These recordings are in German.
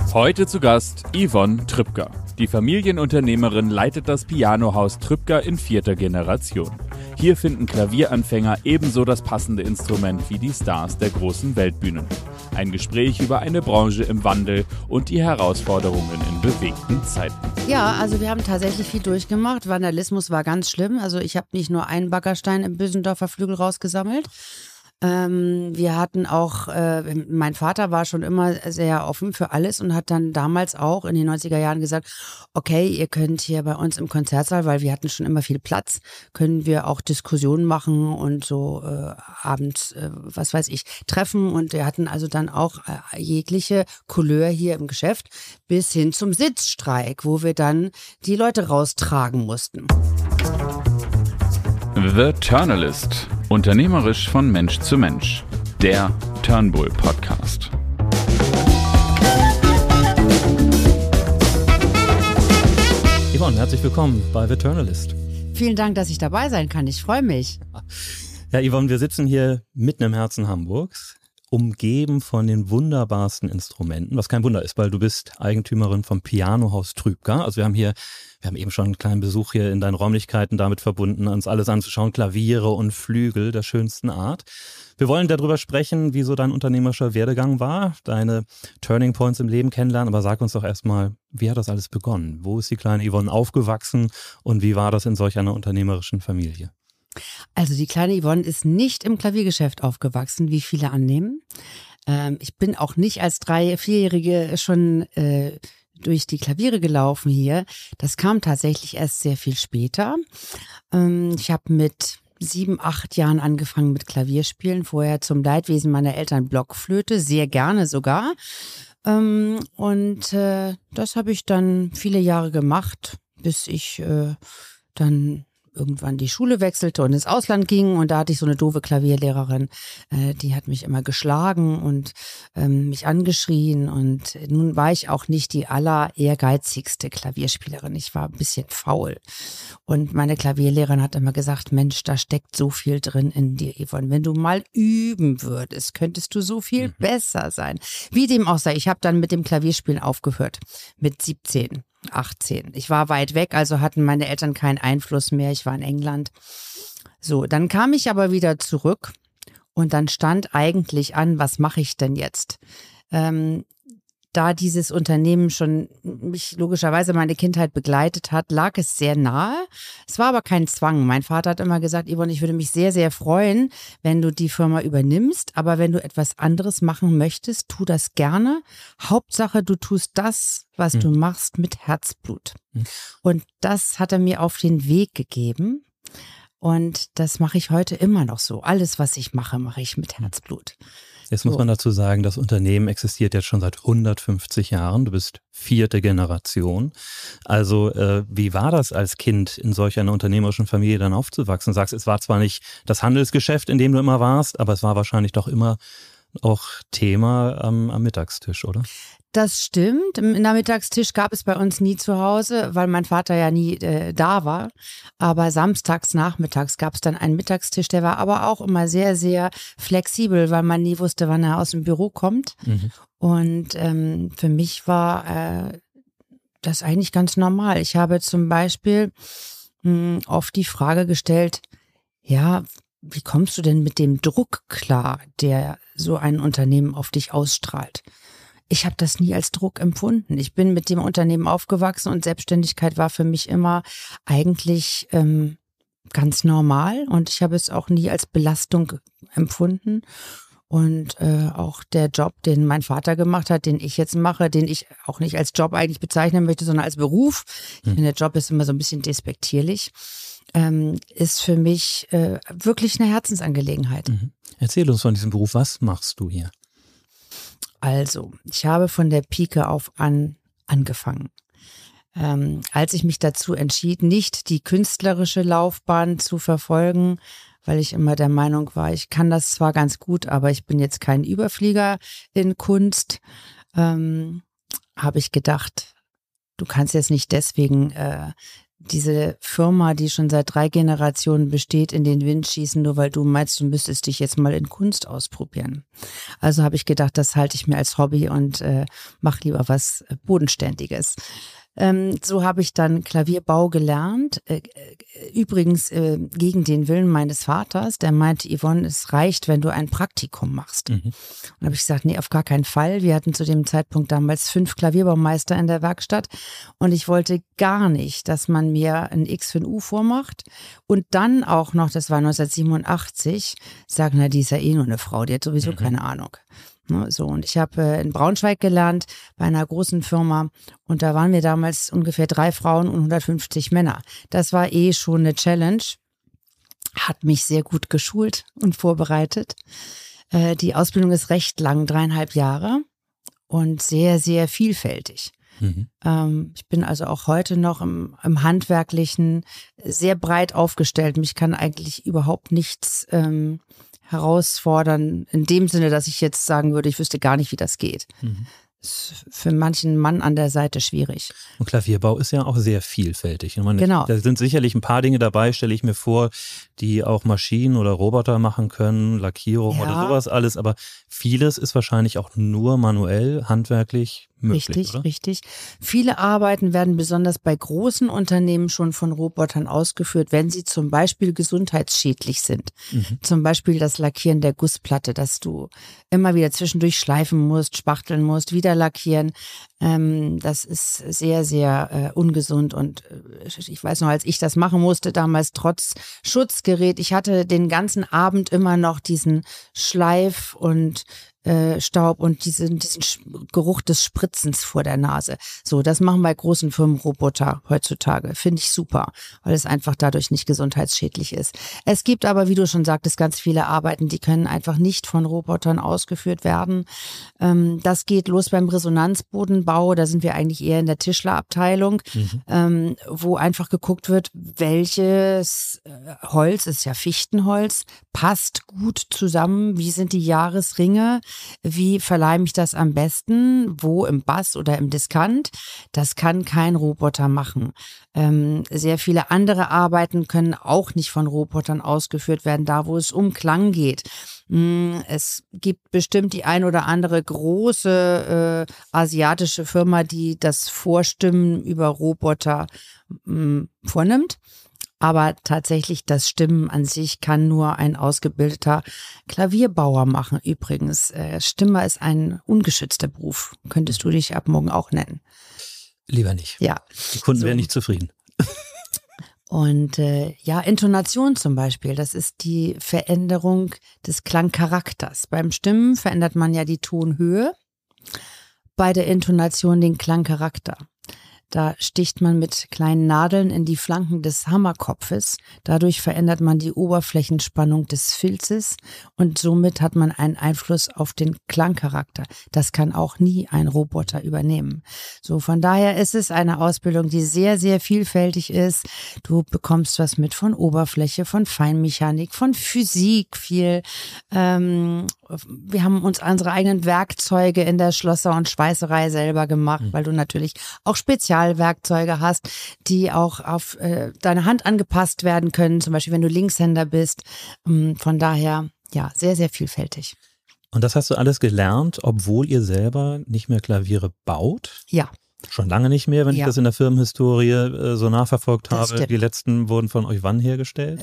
Heute zu Gast Yvonne Trübker. Die Familienunternehmerin leitet das Pianohaus Trübker in 4. Generation. Hier finden Klavieranfänger ebenso das passende Instrument wie die Stars der großen Weltbühnen. Ein Gespräch über eine Branche im Wandel und die Herausforderungen in bewegten Zeiten. Ja, also wir haben tatsächlich viel durchgemacht. Vandalismus war ganz schlimm. Also ich habe nicht nur einen Baggerstein im Bösendorfer Flügel rausgesammelt. Wir hatten auch, mein Vater war schon immer sehr offen für alles und hat dann damals auch in den 90er Jahren gesagt, okay, ihr könnt hier bei uns im Konzertsaal, weil wir hatten schon immer viel Platz, können wir auch Diskussionen machen und so abends, was weiß ich, treffen. Und wir hatten also dann auch jegliche Couleur hier im Geschäft bis hin zum Sitzstreik, wo wir dann die Leute raustragen mussten. The Turnalist. Unternehmerisch von Mensch zu Mensch. Der Turnbull Podcast. Yvonne, herzlich willkommen bei The Turnalist. Vielen Dank, dass ich dabei sein kann. Ich freue mich. Ja, Yvonne, wir sitzen hier mitten im Herzen Hamburgs, umgeben von den wunderbarsten Instrumenten, was kein Wunder ist, weil du bist Eigentümerin vom Pianohaus Trübker. Also wir haben eben schon einen kleinen Besuch hier in deinen Räumlichkeiten damit verbunden, uns alles anzuschauen, Klaviere und Flügel der schönsten Art. Wir wollen darüber sprechen, wie so dein unternehmerischer Werdegang war, deine Turning Points im Leben kennenlernen, aber sag uns doch erstmal, wie hat das alles begonnen? Wo ist die kleine Yvonne aufgewachsen und wie war das in solch einer unternehmerischen Familie? Also die kleine Yvonne ist nicht im Klaviergeschäft aufgewachsen, wie viele annehmen. Ich bin auch nicht als 3-, 4-Jährige schon durch die Klaviere gelaufen hier. Das kam tatsächlich erst sehr viel später. Ich habe mit 7, 8 Jahren angefangen mit Klavierspielen. Vorher zum Leidwesen meiner Eltern Blockflöte, sehr gerne sogar. Und das habe ich dann viele Jahre gemacht, bis ich dann irgendwann die Schule wechselte und ins Ausland ging, und da hatte ich so eine doofe Klavierlehrerin, die hat mich immer geschlagen und mich angeschrien, und nun war ich auch nicht die ehrgeizigste Klavierspielerin, ich war ein bisschen faul, und meine Klavierlehrerin hat immer gesagt, Mensch, da steckt so viel drin in dir, Yvonne, wenn du mal üben würdest, könntest du so viel besser sein. Wie dem auch sei, ich habe dann mit dem Klavierspielen aufgehört, mit 17. 18. Ich war weit weg, also hatten meine Eltern keinen Einfluss mehr. Ich war in England. So, dann kam ich aber wieder zurück und dann stand eigentlich an, was mache ich denn jetzt? Da dieses Unternehmen schon mich logischerweise meine Kindheit begleitet hat, lag es sehr nahe. Es war aber kein Zwang. Mein Vater hat immer gesagt, Yvonne, ich würde mich sehr, sehr freuen, wenn du die Firma übernimmst. Aber wenn du etwas anderes machen möchtest, tu das gerne. Hauptsache, du tust das, was du machst, mit Herzblut. Und das hat er mir auf den Weg gegeben. Und das mache ich heute immer noch so. Alles, was ich mache, mache ich mit Herzblut. Jetzt muss man dazu sagen, das Unternehmen existiert jetzt schon seit 150 Jahren. Du bist 4. Generation. Also wie war das als Kind in solch einer unternehmerischen Familie dann aufzuwachsen? Du sagst, es war zwar nicht das Handelsgeschäft, in dem du immer warst, aber es war wahrscheinlich doch immer auch Thema am Mittagstisch, oder? Das stimmt. Im Mittagstisch gab es bei uns nie zu Hause, weil mein Vater ja nie da war. Aber samstags, nachmittags gab es dann einen Mittagstisch. Der war aber auch immer sehr, sehr flexibel, weil man nie wusste, wann er aus dem Büro kommt. Und für mich war das eigentlich ganz normal. Ich habe zum Beispiel oft die Frage gestellt, ja, wie kommst du denn mit dem Druck klar, der so ein Unternehmen auf dich ausstrahlt? Ich habe das nie als Druck empfunden. Ich bin mit dem Unternehmen aufgewachsen und Selbstständigkeit war für mich immer eigentlich ganz normal, und ich habe es auch nie als Belastung empfunden. Und auch der Job, den mein Vater gemacht hat, den ich jetzt mache, den ich auch nicht als Job eigentlich bezeichnen möchte, sondern als Beruf. Ich finde, der Job ist immer so ein bisschen despektierlich. Ist für mich wirklich eine Herzensangelegenheit. Erzähl uns von diesem Beruf, was machst du hier? Also, ich habe von der Pike auf an angefangen. Als ich mich dazu entschied, nicht die künstlerische Laufbahn zu verfolgen, weil ich immer der Meinung war, ich kann das zwar ganz gut, aber ich bin jetzt kein Überflieger in Kunst, habe ich gedacht, du kannst jetzt nicht deswegen diese Firma, die schon seit 3 Generationen besteht, in den Wind schießen, nur weil du meinst, du müsstest dich jetzt mal in Kunst ausprobieren. Also habe ich gedacht, das halte ich mir als Hobby und mache lieber was Bodenständiges. So habe ich dann Klavierbau gelernt. Übrigens gegen den Willen meines Vaters, der meinte, Yvonne, es reicht, wenn du ein Praktikum machst. Und habe ich gesagt, nee, auf gar keinen Fall. Wir hatten zu dem Zeitpunkt damals 5 Klavierbaumeister in der Werkstatt und ich wollte gar nicht, dass man mir ein X für ein U vormacht und dann auch noch, das war 1987, sagen, na, die ist ja eh nur eine Frau, die hat sowieso keine Ahnung. So, und ich habe in Braunschweig gelernt bei einer großen Firma und da waren wir damals ungefähr 3 Frauen und 150 Männer. Das war eh schon eine Challenge, hat mich sehr gut geschult und vorbereitet. Die Ausbildung ist recht lang, 3,5 Jahre und sehr, sehr vielfältig. Ich bin also auch heute noch im Handwerklichen sehr breit aufgestellt. Mich kann eigentlich überhaupt nichts herausfordern, in dem Sinne, dass ich jetzt sagen würde, ich wüsste gar nicht, wie das geht. Ist für manchen Mann an der Seite schwierig. Und Klavierbau ist ja auch sehr vielfältig. Ich meine, genau. Da sind sicherlich ein paar Dinge dabei, stelle ich mir vor, die auch Maschinen oder Roboter machen können, Lackierung oder sowas alles, aber vieles ist wahrscheinlich auch nur manuell, handwerklich möglich, richtig, oder? Richtig. Viele Arbeiten werden besonders bei großen Unternehmen schon von Robotern ausgeführt, wenn sie zum Beispiel gesundheitsschädlich sind. Zum Beispiel das Lackieren der Gussplatte, dass du immer wieder zwischendurch schleifen musst, spachteln musst, wieder lackieren. Das ist sehr, sehr ungesund und ich weiß noch, als ich das machen musste, damals trotz Schutzgerät, ich hatte den ganzen Abend immer noch diesen Schleif und Staub und diesen Geruch des Spritzens vor der Nase. So, das machen bei großen Firmen Roboter heutzutage. Finde ich super, weil es einfach dadurch nicht gesundheitsschädlich ist. Es gibt aber, wie du schon sagtest, ganz viele Arbeiten, die können einfach nicht von Robotern ausgeführt werden. Das geht los beim Resonanzbodenbau. Da sind wir eigentlich eher in der Tischlerabteilung, wo einfach geguckt wird, welches Holz, ist ja Fichtenholz, passt gut zusammen. Wie sind die Jahresringe? Wie verleime ich das am besten? Wo, im Bass oder im Diskant? Das kann kein Roboter machen. Sehr viele andere Arbeiten können auch nicht von Robotern ausgeführt werden, da wo es um Klang geht. Es gibt bestimmt die ein oder andere große asiatische Firma, die das Vorstimmen über Roboter vornimmt. Aber tatsächlich das Stimmen an sich kann nur ein ausgebildeter Klavierbauer machen. Übrigens, Stimmer ist ein ungeschützter Beruf. Könntest du dich ab morgen auch nennen? Lieber nicht. Ja. Die Kunden wären nicht zufrieden. Und Intonation zum Beispiel, das ist die Veränderung des Klangcharakters. Beim Stimmen verändert man ja die Tonhöhe, bei der Intonation den Klangcharakter. Da sticht man mit kleinen Nadeln in die Flanken des Hammerkopfes. Dadurch verändert man die Oberflächenspannung des Filzes und somit hat man einen Einfluss auf den Klangcharakter. Das kann auch nie ein Roboter übernehmen. So, von daher ist es eine Ausbildung, die sehr, sehr vielfältig ist. Du bekommst was mit von Oberfläche, von Feinmechanik, von Physik viel. Wir haben uns unsere eigenen Werkzeuge in der Schlosser- und Schweißerei selber gemacht, weil du natürlich auch Spezialwerkzeuge hast, die auch auf deine Hand angepasst werden können, zum Beispiel wenn du Linkshänder bist. Von daher, ja, sehr, sehr vielfältig. Und das hast du alles gelernt, obwohl ihr selber nicht mehr Klaviere baut? Ja. Schon lange nicht mehr, wenn ich das in der Firmenhistorie so nachverfolgt habe. Die letzten wurden von euch wann hergestellt? So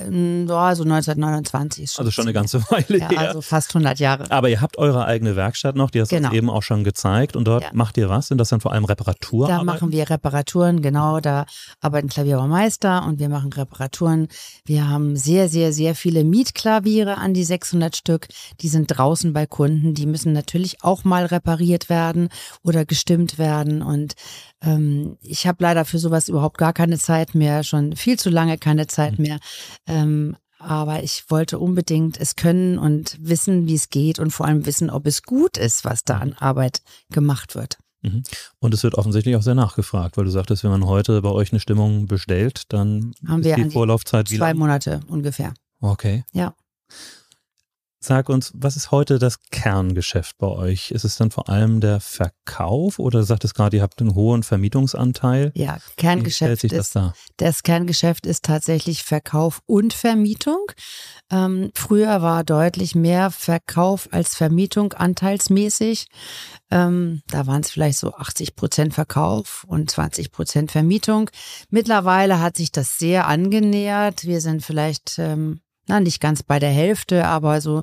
1929 ist schon. Also schon eine ganze Weile her. Also fast 100 Jahre. Aber ihr habt eure eigene Werkstatt noch, die hast du uns eben auch schon gezeigt. Und dort macht ihr was? Sind das dann vor allem Reparaturen? Da machen wir Reparaturen, genau. Da arbeiten Klavierbaumeister und wir machen Reparaturen. Wir haben sehr, sehr, sehr viele Mietklaviere, an die 600 Stück. Die sind draußen bei Kunden. Die müssen natürlich auch mal repariert werden oder gestimmt werden. Und ich habe leider für sowas überhaupt gar keine Zeit mehr, schon viel zu lange keine Zeit mehr. Aber ich wollte unbedingt es können und wissen, wie es geht und vor allem wissen, ob es gut ist, was da an Arbeit gemacht wird. Und es wird offensichtlich auch sehr nachgefragt, weil du sagtest, wenn man heute bei euch eine Stimmung bestellt, dann haben ist wir die Vorlaufzeit wie 2 Monate ungefähr. Okay. Ja. Sag uns, was ist heute das Kerngeschäft bei euch? Ist es dann vor allem der Verkauf oder du sagtest gerade, ihr habt einen hohen Vermietungsanteil? Ja, Wie stellt sich das dar? das Kerngeschäft ist tatsächlich Verkauf und Vermietung. Früher war deutlich mehr Verkauf als Vermietung anteilsmäßig. Da waren es vielleicht so 80% Verkauf und 20% Vermietung. Mittlerweile hat sich das sehr angenähert. Wir sind vielleicht nicht ganz bei der Hälfte, aber so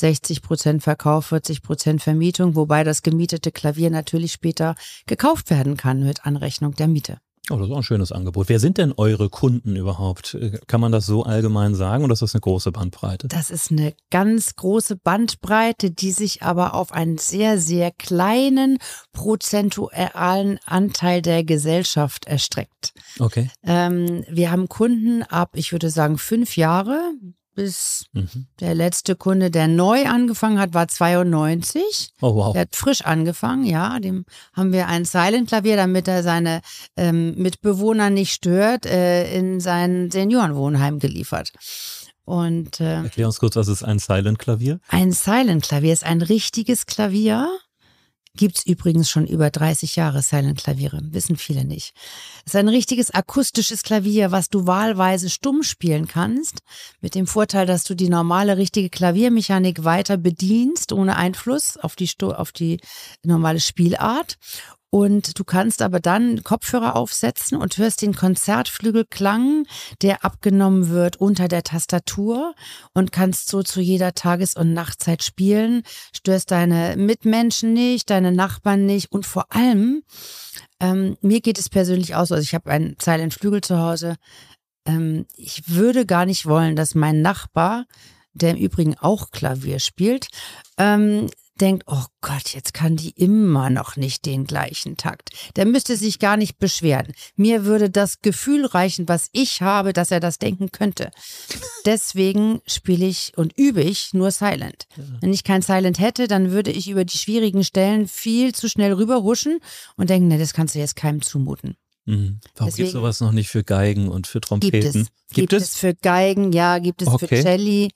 60% Verkauf, 40% Vermietung, wobei das gemietete Klavier natürlich später gekauft werden kann mit Anrechnung der Miete. Oh, das ist auch ein schönes Angebot. Wer sind denn eure Kunden überhaupt? Kann man das so allgemein sagen oder ist das eine große Bandbreite? Das ist eine ganz große Bandbreite, die sich aber auf einen sehr, sehr kleinen prozentualen Anteil der Gesellschaft erstreckt. Okay. Wir haben Kunden ab, ich würde sagen, 5 Jahre. Bis der letzte Kunde, der neu angefangen hat, war 92. Oh, wow. Der hat frisch angefangen, ja. Dem haben wir ein Silent-Klavier, damit er seine Mitbewohner nicht stört, in sein Seniorenwohnheim geliefert. Und Erklär uns kurz, was ist ein Silent-Klavier? ein Silent-Klavier ist ein richtiges Klavier. Gibt's übrigens schon über 30 Jahre Silent-Klaviere, wissen viele nicht. Es ist ein richtiges akustisches Klavier, was du wahlweise stumm spielen kannst, mit dem Vorteil, dass du die normale, richtige Klaviermechanik weiter bedienst, ohne Einfluss auf die normale Spielart. Und du kannst aber dann Kopfhörer aufsetzen und hörst den Konzertflügelklang, der abgenommen wird unter der Tastatur und kannst so zu jeder Tages- und Nachtzeit spielen, störst deine Mitmenschen nicht, deine Nachbarn nicht und vor allem, mir geht es persönlich auch so, also ich habe einen Silent-Flügel zu Hause, ich würde gar nicht wollen, dass mein Nachbar, der im Übrigen auch Klavier spielt, denkt, oh Gott, jetzt kann die immer noch nicht den gleichen Takt. Der müsste sich gar nicht beschweren. Mir würde das Gefühl reichen, was ich habe, dass er das denken könnte. Deswegen spiele ich und übe ich nur Silent. Wenn ich kein Silent hätte, dann würde ich über die schwierigen Stellen viel zu schnell rüberhuschen und denken, ne, das kannst du jetzt keinem zumuten. Warum gibt es sowas noch nicht für Geigen und für Trompeten? Gibt es für Geigen, ja, gibt es für Celli.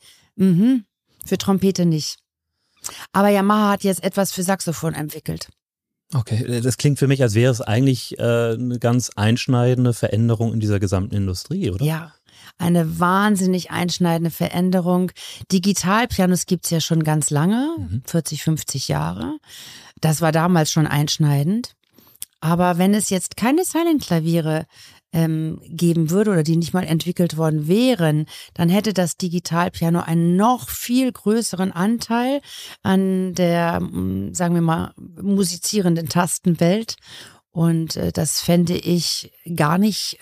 Für Trompete nicht. Aber Yamaha hat jetzt etwas für Saxophon entwickelt. Okay, das klingt für mich, als wäre es eigentlich eine ganz einschneidende Veränderung in dieser gesamten Industrie, oder? Ja, eine wahnsinnig einschneidende Veränderung. Digitalpianos gibt's ja schon ganz lange, 40, 50 Jahre. Das war damals schon einschneidend. Aber wenn es jetzt keine Silent-Klaviere geben würde oder die nicht mal entwickelt worden wären, dann hätte das Digitalpiano einen noch viel größeren Anteil an der, sagen wir mal, musizierenden Tastenwelt. Und das fände ich gar nicht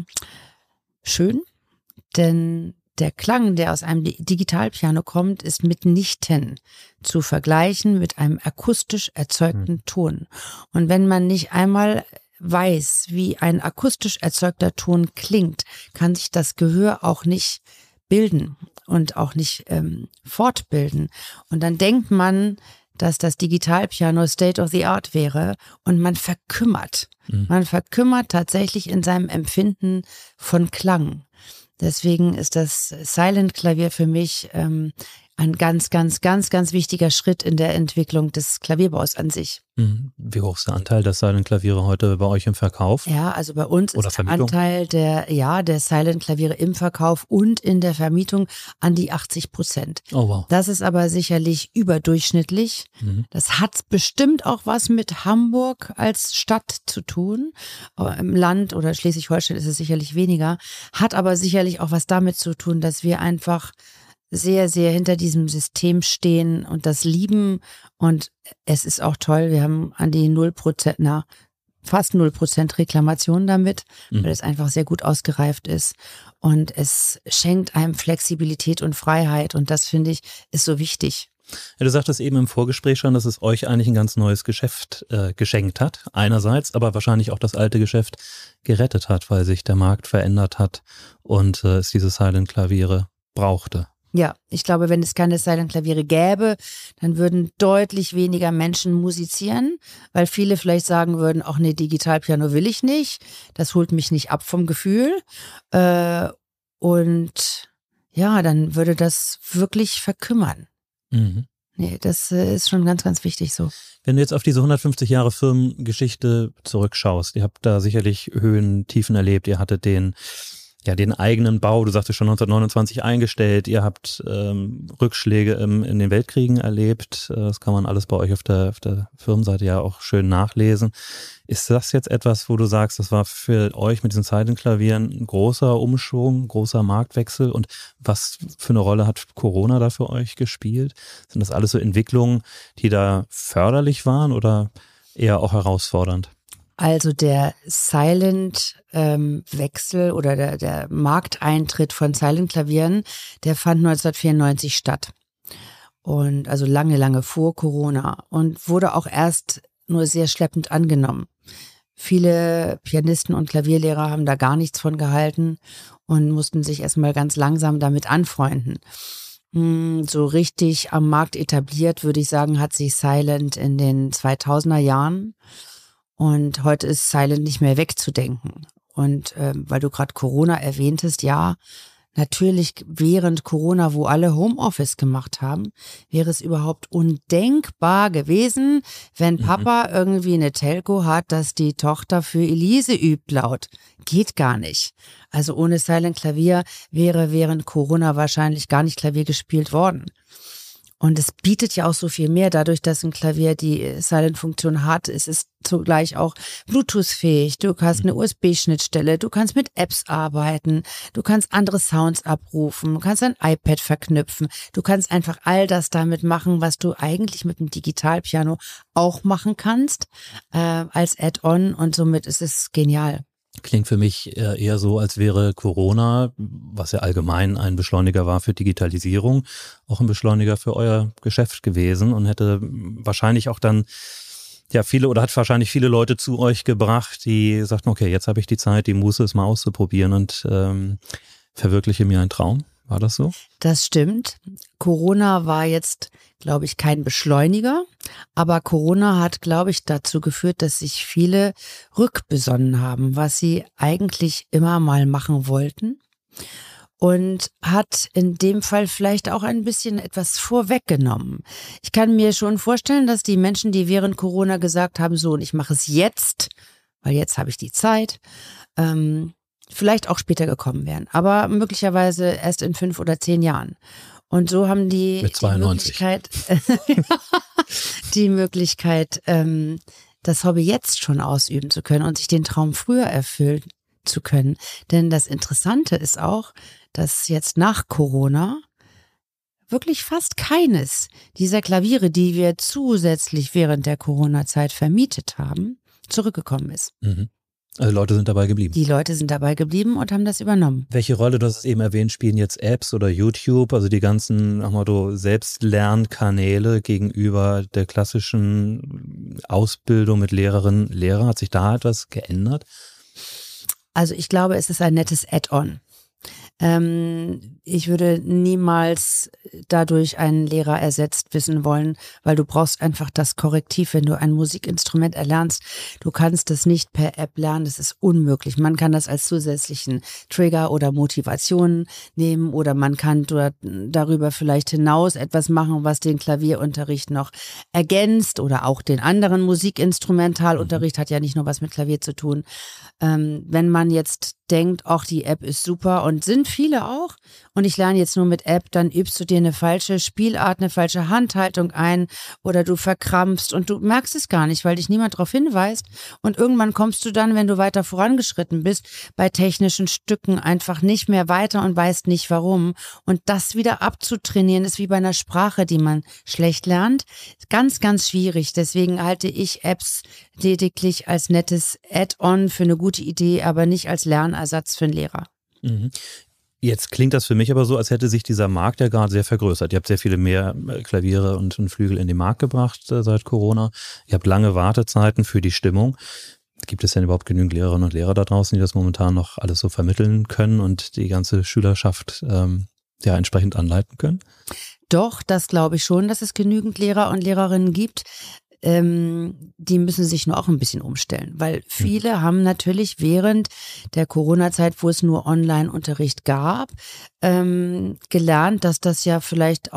schön, denn der Klang, der aus einem Digitalpiano kommt, ist mitnichten zu vergleichen mit einem akustisch erzeugten Ton. Und wenn man nicht einmal weiß, wie ein akustisch erzeugter Ton klingt, kann sich das Gehör auch nicht bilden und auch nicht fortbilden. Und dann denkt man, dass das Digitalpiano State of the Art wäre und man verkümmert. Man verkümmert tatsächlich in seinem Empfinden von Klang. Deswegen ist das Silent-Klavier für mich ein ganz, ganz, ganz, ganz wichtiger Schritt in der Entwicklung des Klavierbaus an sich. Wie hoch ist der Anteil der Silent-Klaviere heute bei euch im Verkauf? Ja, also bei uns Oder ist der Vermietung? Anteil der Silent-Klaviere im Verkauf und in der Vermietung an die 80%. Oh wow. Das ist aber sicherlich überdurchschnittlich. Das hat bestimmt auch was mit Hamburg als Stadt zu tun. Aber im Land oder Schleswig-Holstein ist es sicherlich weniger. Hat aber sicherlich auch was damit zu tun, dass wir einfach sehr, sehr hinter diesem System stehen und das lieben. Und es ist auch toll, wir haben an die 0%, fast 0% Reklamation damit, weil es einfach sehr gut ausgereift ist. Und es schenkt einem Flexibilität und Freiheit. Und das, finde ich, ist so wichtig. Ja, du sagtest eben im Vorgespräch schon, dass es euch eigentlich ein ganz neues Geschäft geschenkt hat. Einerseits, aber wahrscheinlich auch das alte Geschäft gerettet hat, weil sich der Markt verändert hat und es diese Silent-Klaviere brauchte. Ja, ich glaube, wenn es keine Silent-Klaviere gäbe, dann würden deutlich weniger Menschen musizieren, weil viele vielleicht sagen würden, ach nee, Digitalpiano will ich nicht, das holt mich nicht ab vom Gefühl. Und ja, dann würde das wirklich verkümmern. Mhm. Nee, das ist schon ganz, ganz wichtig so. Wenn du jetzt auf diese 150 Jahre Firmengeschichte zurückschaust, ihr habt da sicherlich Höhen, Tiefen erlebt, ihr hattet den eigenen Bau, du sagtest schon 1929 eingestellt, ihr habt Rückschläge in den Weltkriegen erlebt, das kann man alles bei euch auf der Firmenseite ja auch schön nachlesen. Ist das jetzt etwas, wo du sagst, das war für euch mit diesen Silent-Klavieren ein großer Umschwung, großer Marktwechsel, und was für eine Rolle hat Corona da für euch gespielt? Sind das alles so Entwicklungen, die da förderlich waren oder eher auch herausfordernd? Also der Silent-Wechsel oder der Markteintritt von Silent-Klavieren, der fand 1994 statt. Und also lange, lange vor Corona und wurde auch erst nur sehr schleppend angenommen. Viele Pianisten und Klavierlehrer haben da gar nichts von gehalten und mussten sich erstmal ganz langsam damit anfreunden. So richtig am Markt etabliert, würde ich sagen, hat sich Silent in den 2000er Jahren. Und heute ist Silent nicht mehr wegzudenken. Und weil du gerade Corona erwähntest, ja, natürlich während Corona, wo alle Homeoffice gemacht haben, wäre es überhaupt undenkbar gewesen, wenn Papa irgendwie eine Telco hat, dass die Tochter für Elise übt laut. Geht gar nicht. Also ohne Silent Klavier wäre während Corona wahrscheinlich gar nicht Klavier gespielt worden. Und es bietet ja auch so viel mehr, dadurch, dass ein Klavier die Silent-Funktion hat. Es ist zugleich auch Bluetooth-fähig. Du hast eine USB-Schnittstelle, du kannst mit Apps arbeiten, du kannst andere Sounds abrufen, du kannst ein iPad verknüpfen. Du kannst einfach all das damit machen, was du eigentlich mit dem Digitalpiano auch machen kannst, als Add-on, und somit ist es genial. Klingt für mich eher so, als wäre Corona, was ja allgemein ein Beschleuniger war für Digitalisierung, auch ein Beschleuniger für euer Geschäft gewesen und hätte wahrscheinlich auch dann hat wahrscheinlich viele Leute zu euch gebracht, die sagten, okay, jetzt habe ich die Zeit, die Muße, es mal auszuprobieren und verwirkliche mir einen Traum. War das so? Das stimmt. Corona war jetzt, glaube ich, kein Beschleuniger, aber Corona hat, glaube ich, dazu geführt, dass sich viele rückbesonnen haben, was sie eigentlich immer mal machen wollten, und hat in dem Fall vielleicht auch ein bisschen etwas vorweggenommen. Ich kann mir schon vorstellen, dass die Menschen, die während Corona gesagt haben, so, und ich mache es jetzt, weil jetzt habe ich die Zeit, vielleicht auch später gekommen wären, aber möglicherweise erst in 5 oder 10 Jahren. Und so haben die Möglichkeit, das Hobby jetzt schon ausüben zu können und sich den Traum früher erfüllen zu können. Denn das Interessante ist auch, dass jetzt nach Corona wirklich fast keines dieser Klaviere, die wir zusätzlich während der Corona-Zeit vermietet haben, zurückgekommen ist. Mhm. Also Leute sind dabei geblieben. Die Leute sind dabei geblieben und haben das übernommen. Welche Rolle, du hast es eben erwähnt, spielen jetzt Apps oder YouTube, also die ganzen Selbstlernkanäle gegenüber der klassischen Ausbildung mit Lehrerinnen, Lehrer? Hat sich da etwas geändert? Also ich glaube, es ist ein nettes Add-on. Ich würde niemals dadurch einen Lehrer ersetzt wissen wollen, weil du brauchst einfach das Korrektiv, wenn du ein Musikinstrument erlernst. Du kannst es nicht per App lernen, das ist unmöglich. Man kann das als zusätzlichen Trigger oder Motivation nehmen, oder man kann dort darüber vielleicht hinaus etwas machen, was den Klavierunterricht noch ergänzt, oder auch den anderen Musikinstrumentalunterricht, hat ja nicht nur was mit Klavier zu tun. Wenn man jetzt denkt, ach, die App ist super, und sind viele auch, und ich lerne jetzt nur mit App, dann übst du dir eine falsche Spielart, eine falsche Handhaltung ein, oder du verkrampfst und du merkst es gar nicht, weil dich niemand darauf hinweist, und irgendwann kommst du dann, wenn du weiter vorangeschritten bist, bei technischen Stücken einfach nicht mehr weiter und weißt nicht warum, und das wieder abzutrainieren ist wie bei einer Sprache, die man schlecht lernt, ganz, ganz schwierig. Deswegen halte ich Apps lediglich als nettes Add-on für eine gute Idee, aber nicht als Lernersatz für einen Lehrer. Mhm. Jetzt klingt das für mich aber so, als hätte sich dieser Markt ja gerade sehr vergrößert. Ihr habt sehr viele mehr Klaviere und Flügel in den Markt gebracht seit Corona. Ihr habt lange Wartezeiten für die Stimmung. Gibt es denn überhaupt genügend Lehrerinnen und Lehrer da draußen, die das momentan noch alles so vermitteln können und die ganze Schülerschaft entsprechend anleiten können? Doch, das glaube ich schon, dass es genügend Lehrer und Lehrerinnen gibt. Die müssen sich nur auch ein bisschen umstellen, weil viele haben natürlich während der Corona-Zeit, wo es nur Online-Unterricht gab, gelernt, dass das ja vielleicht auch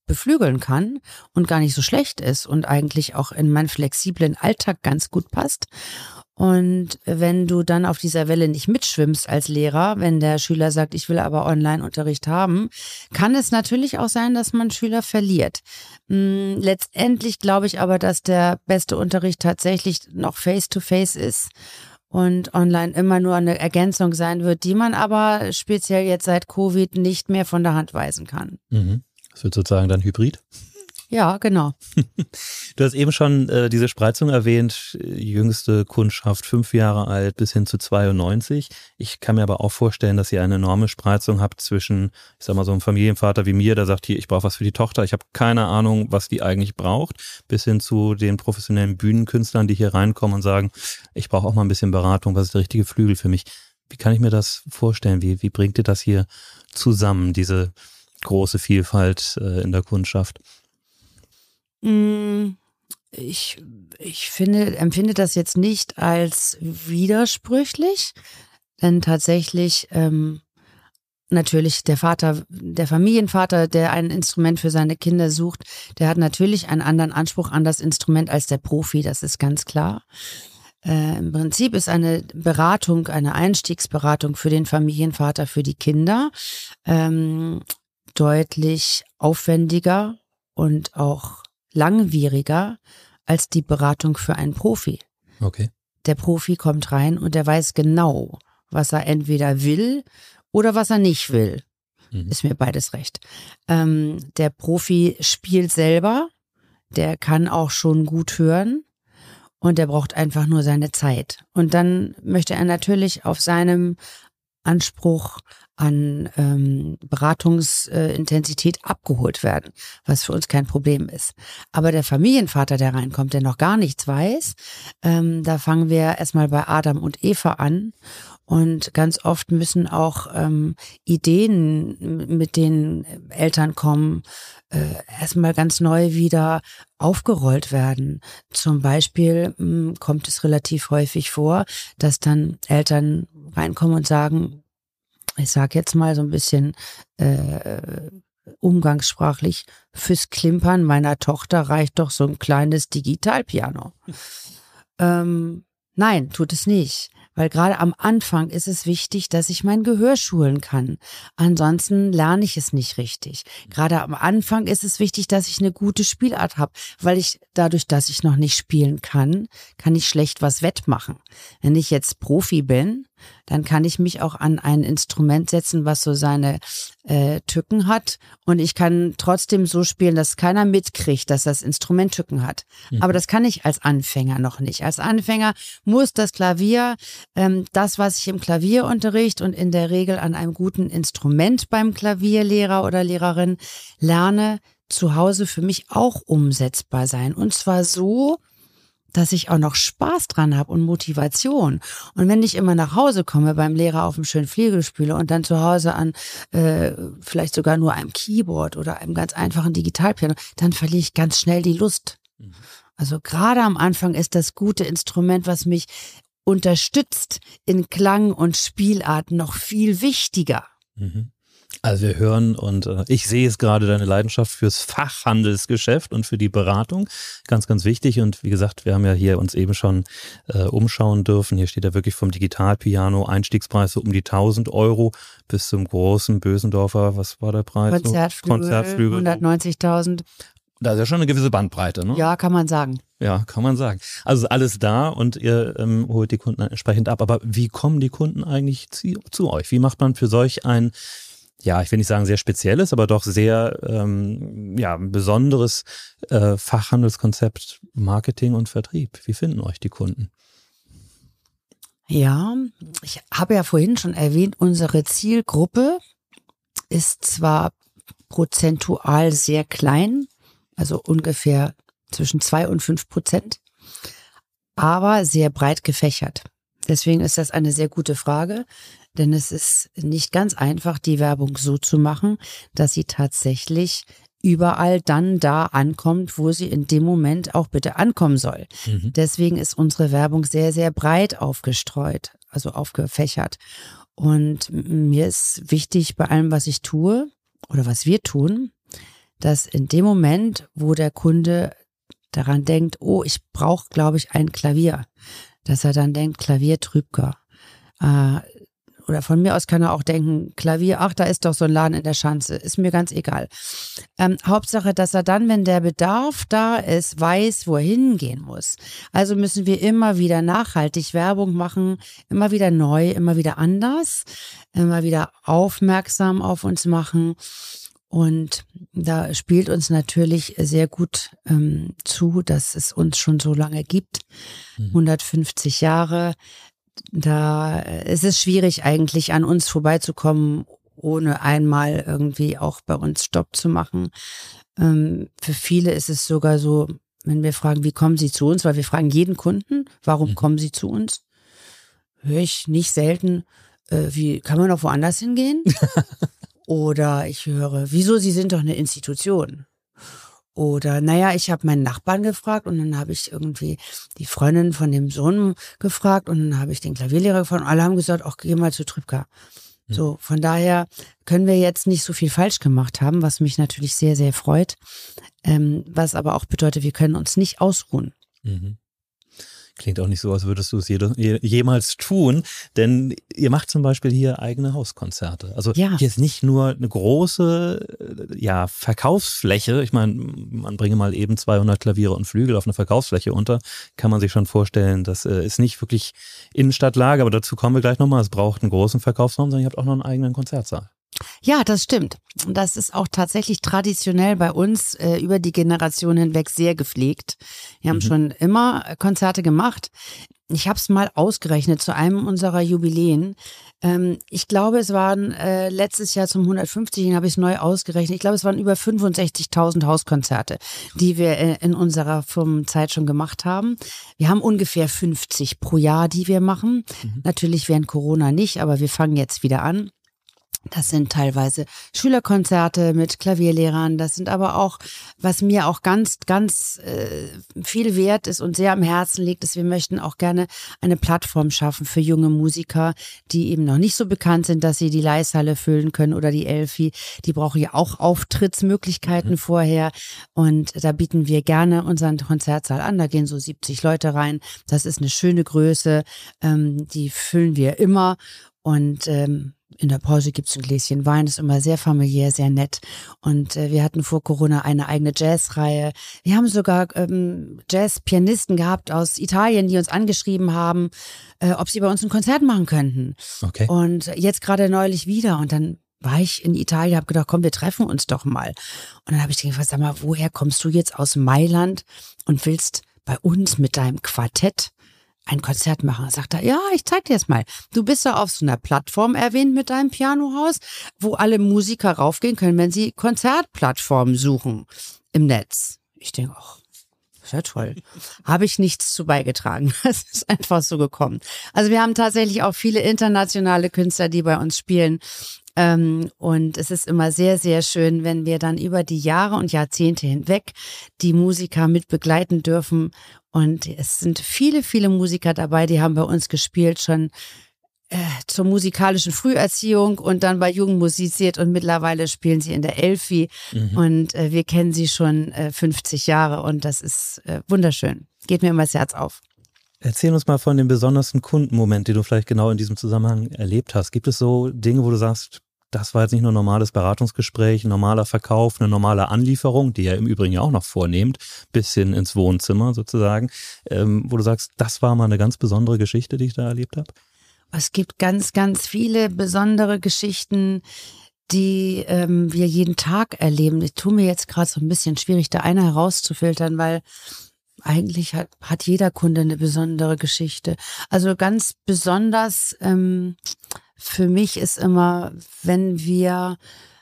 beflügeln kann und gar nicht so schlecht ist und eigentlich auch in meinen flexiblen Alltag ganz gut passt. Und wenn du dann auf dieser Welle nicht mitschwimmst als Lehrer, wenn der Schüler sagt, ich will aber Online-Unterricht haben, kann es natürlich auch sein, dass man Schüler verliert. Letztendlich glaube ich aber, dass der beste Unterricht tatsächlich noch Face-to-Face ist und online immer nur eine Ergänzung sein wird, die man aber speziell jetzt seit Covid nicht mehr von der Hand weisen kann. Das wird sozusagen dann Hybrid? Ja, genau. Du hast eben schon diese Spreizung erwähnt, jüngste Kundschaft 5 Jahre alt bis hin zu 92. Ich kann mir aber auch vorstellen, dass ihr eine enorme Spreizung habt zwischen, ich sag mal, so einem Familienvater wie mir, der sagt, hier, ich brauche was für die Tochter, ich habe keine Ahnung, was die eigentlich braucht, bis hin zu den professionellen Bühnenkünstlern, die hier reinkommen und sagen, ich brauche auch mal ein bisschen Beratung, was ist der richtige Flügel für mich? Wie kann ich mir das vorstellen? Wie bringt ihr das hier zusammen, diese große Vielfalt in der Kundschaft? Ich empfinde das jetzt nicht als widersprüchlich, denn tatsächlich natürlich der Familienvater, der ein Instrument für seine Kinder sucht, der hat natürlich einen anderen Anspruch an das Instrument als der Profi, das ist ganz klar. Im Prinzip ist eine Beratung, eine Einstiegsberatung für den Familienvater, für die Kinder deutlich aufwendiger und auch langwieriger als die Beratung für einen Profi. Okay. Der Profi kommt rein und der weiß genau, was er entweder will oder was er nicht will. Ist mir beides recht. Der Profi spielt selber, der kann auch schon gut hören und der braucht einfach nur seine Zeit. Und dann möchte er natürlich auf seinem Anspruch an Beratungsintensität abgeholt werden, was für uns kein Problem ist. Aber der Familienvater, der reinkommt, der noch gar nichts weiß, da fangen wir erstmal bei Adam und Eva an. Und ganz oft müssen auch Ideen, mit denen Eltern kommen, erstmal ganz neu wieder aufgerollt werden. Zum Beispiel kommt es relativ häufig vor, dass dann Eltern reinkommen und sagen, ich sage jetzt mal so ein bisschen umgangssprachlich, fürs Klimpern meiner Tochter reicht doch so ein kleines Digitalpiano. Nein, tut es nicht. Weil gerade am Anfang ist es wichtig, dass ich mein Gehör schulen kann. Ansonsten lerne ich es nicht richtig. Gerade am Anfang ist es wichtig, dass ich eine gute Spielart habe, weil ich dadurch, dass ich noch nicht spielen kann, kann ich schlecht was wettmachen. Wenn ich jetzt Profi bin, dann kann ich mich auch an ein Instrument setzen, was so seine Tücken hat und ich kann trotzdem so spielen, dass keiner mitkriegt, dass das Instrument Tücken hat. Aber das kann ich als Anfänger noch nicht. Als Anfänger muss das Klavier, das, was ich im Klavierunterricht und in der Regel an einem guten Instrument beim Klavierlehrer oder Lehrerin lerne, zu Hause für mich auch umsetzbar sein. Und zwar so, dass ich auch noch Spaß dran habe und Motivation. Und wenn ich immer nach Hause komme beim Lehrer auf dem schönen Flügel spiele und dann zu Hause an vielleicht sogar nur einem Keyboard oder einem ganz einfachen Digitalpiano, dann verliere ich ganz schnell die Lust. Also gerade am Anfang ist das gute Instrument, was mich unterstützt in Klang und Spielart, noch viel wichtiger. Also wir hören und ich sehe es gerade, deine Leidenschaft fürs Fachhandelsgeschäft und für die Beratung. Ganz, ganz wichtig. Und wie gesagt, wir haben ja hier uns eben schon umschauen dürfen. Hier steht ja wirklich vom Digitalpiano Einstiegspreis so um die 1.000 € bis zum großen Bösendorfer, was war der Preis? Konzertflügel. 190.000. Da ist ja schon eine gewisse Bandbreite, ne? Ja, kann man sagen. Ja, kann man sagen. Also alles da und ihr holt die Kunden entsprechend ab. Aber wie kommen die Kunden eigentlich zu euch? Wie macht man für solch ein, ja, ich will nicht sagen sehr spezielles, aber doch sehr besonderes Fachhandelskonzept Marketing und Vertrieb? Wie finden euch die Kunden? Ja, ich habe ja vorhin schon erwähnt, unsere Zielgruppe ist zwar prozentual sehr klein, also ungefähr zwischen 2% und 5%, aber sehr breit gefächert. Deswegen ist das eine sehr gute Frage, denn es ist nicht ganz einfach, die Werbung so zu machen, dass sie tatsächlich überall dann da ankommt, wo sie in dem Moment auch bitte ankommen soll. Deswegen ist unsere Werbung sehr, sehr breit aufgestreut, also aufgefächert. Und mir ist wichtig bei allem, was ich tue oder was wir tun, dass in dem Moment, wo der Kunde daran denkt, oh, ich brauche, glaube ich, ein Klavier, dass er dann denkt, Klavier Trübker. Oder von mir aus kann er auch denken, Klavier, ach, da ist doch so ein Laden in der Schanze, ist mir ganz egal. Hauptsache, dass er dann, wenn der Bedarf da ist, weiß, wo er hingehen muss. Also müssen wir immer wieder nachhaltig Werbung machen, immer wieder neu, immer wieder anders, immer wieder aufmerksam auf uns machen. Und da spielt uns natürlich sehr gut zu, dass es uns schon so lange gibt, 150 Jahre. Da ist es schwierig eigentlich an uns vorbeizukommen, ohne einmal irgendwie auch bei uns Stopp zu machen. Für viele ist es sogar so, wenn wir fragen, wie kommen Sie zu uns, weil wir fragen jeden Kunden, warum kommen Sie zu uns? Höre ich nicht selten, wie kann man noch woanders hingehen? Oder ich höre, wieso, Sie sind doch eine Institution. Oder, naja, ich habe meinen Nachbarn gefragt und dann habe ich irgendwie die Freundin von dem Sohn gefragt und dann habe ich den Klavierlehrer gefragt und alle haben gesagt, ach, geh mal zu Trübka. So, von daher können wir jetzt nicht so viel falsch gemacht haben, was mich natürlich sehr, sehr freut. Was aber auch bedeutet, wir können uns nicht ausruhen. Klingt auch nicht so, als würdest du es jemals tun, denn ihr macht zum Beispiel hier eigene Hauskonzerte. Also hier ist nicht nur eine große Verkaufsfläche. Ich meine, man bringe mal eben 200 Klaviere und Flügel auf eine Verkaufsfläche unter. Kann man sich schon vorstellen, das ist nicht wirklich Innenstadtlage, aber dazu kommen wir gleich nochmal. Es braucht einen großen Verkaufsraum, sondern ihr habt auch noch einen eigenen Konzertsaal. Ja, das stimmt. Das ist auch tatsächlich traditionell bei uns über die Generation hinweg sehr gepflegt. Wir haben schon immer Konzerte gemacht. Ich habe es mal ausgerechnet zu einem unserer Jubiläen. Ich glaube, es waren letztes Jahr zum 150. habe ich es neu ausgerechnet. Ich glaube, es waren über 65.000 Hauskonzerte, die wir in unserer Firmenzeit schon gemacht haben. Wir haben ungefähr 50 pro Jahr, die wir machen. Natürlich während Corona nicht, aber wir fangen jetzt wieder an. Das sind teilweise Schülerkonzerte mit Klavierlehrern. Das sind aber auch, was mir auch ganz, ganz viel wert ist und sehr am Herzen liegt, ist, wir möchten auch gerne eine Plattform schaffen für junge Musiker, die eben noch nicht so bekannt sind, dass sie die Leishalle füllen können oder die Elfi. Die brauchen ja auch Auftrittsmöglichkeiten vorher. Und da bieten wir gerne unseren Konzertsaal an. Da gehen so 70 Leute rein. Das ist eine schöne Größe. Die füllen wir immer. Und in der Pause gibt's ein Gläschen Wein, ist immer sehr familiär, sehr nett. Und wir hatten vor Corona eine eigene Jazzreihe. Wir haben sogar Jazzpianisten gehabt aus Italien, die uns angeschrieben haben, ob sie bei uns ein Konzert machen könnten. Okay. Und jetzt gerade neulich wieder. Und dann war ich in Italien, habe gedacht, komm, wir treffen uns doch mal. Und dann habe ich gedacht, sag mal, woher kommst du jetzt aus Mailand und willst bei uns mit deinem Quartett ein Konzert machen? Sagt er, ja, ich zeig dir das mal. Du bist ja auf so einer Plattform erwähnt mit deinem Pianohaus, wo alle Musiker raufgehen können, wenn sie Konzertplattformen suchen im Netz. Ich denke, ach, das ist ja toll. Habe ich nichts zu beigetragen. Das ist einfach so gekommen. Also wir haben tatsächlich auch viele internationale Künstler, die bei uns spielen. Und es ist immer sehr, sehr schön, wenn wir dann über die Jahre und Jahrzehnte hinweg die Musiker mit begleiten dürfen. Und es sind viele, viele Musiker dabei, die haben bei uns gespielt, schon zur musikalischen Früherziehung und dann bei Jugend musiziert und mittlerweile spielen sie in der Elfi und wir kennen sie schon 50 Jahre und das ist wunderschön. Geht mir immer das Herz auf. Erzähl uns mal von dem besondersten Kundenmoment, den du vielleicht genau in diesem Zusammenhang erlebt hast. Gibt es so Dinge, wo du sagst, das war jetzt nicht nur ein normales Beratungsgespräch, ein normaler Verkauf, eine normale Anlieferung, die ihr im Übrigen ja auch noch vornehmt, bis hin ins Wohnzimmer sozusagen, wo du sagst, das war mal eine ganz besondere Geschichte, die ich da erlebt habe? Es gibt ganz, ganz viele besondere Geschichten, die wir jeden Tag erleben. Ich tue mir jetzt gerade so ein bisschen schwierig, da eine herauszufiltern, weil eigentlich hat jeder Kunde eine besondere Geschichte. Also ganz besonders für mich ist immer, wenn wir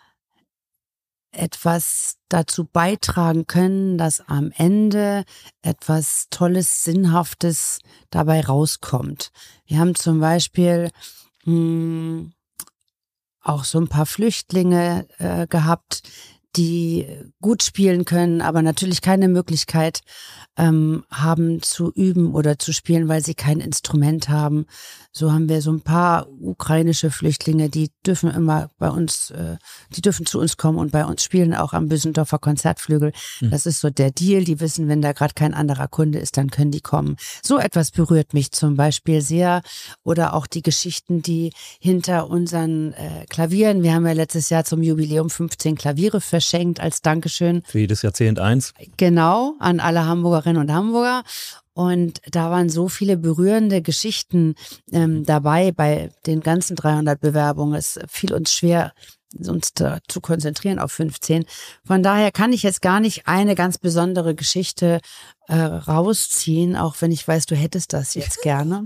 etwas dazu beitragen können, dass am Ende etwas Tolles, Sinnhaftes dabei rauskommt. Wir haben zum Beispiel auch so ein paar Flüchtlinge gehabt, die gut spielen können, aber natürlich keine Möglichkeit haben zu üben oder zu spielen, weil sie kein Instrument haben. So haben wir so ein paar ukrainische Flüchtlinge, die dürfen immer bei uns, die dürfen zu uns kommen und bei uns spielen, auch am Büsendorfer Konzertflügel. Das ist so der Deal. Die wissen, wenn da gerade kein anderer Kunde ist, dann können die kommen. So etwas berührt mich zum Beispiel sehr. Oder auch die Geschichten, die hinter unseren Klavieren, wir haben ja letztes Jahr zum Jubiläum 15 Klaviere verschenkt als Dankeschön. Für jedes Jahrzehnt eins. Genau, an alle Hamburgerinnen und Hamburger. Und da waren so viele berührende Geschichten dabei bei den ganzen 300 Bewerbungen. Es fiel uns schwer, uns da zu konzentrieren auf 15. Von daher kann ich jetzt gar nicht eine ganz besondere Geschichte rausziehen, auch wenn ich weiß, du hättest das jetzt gerne,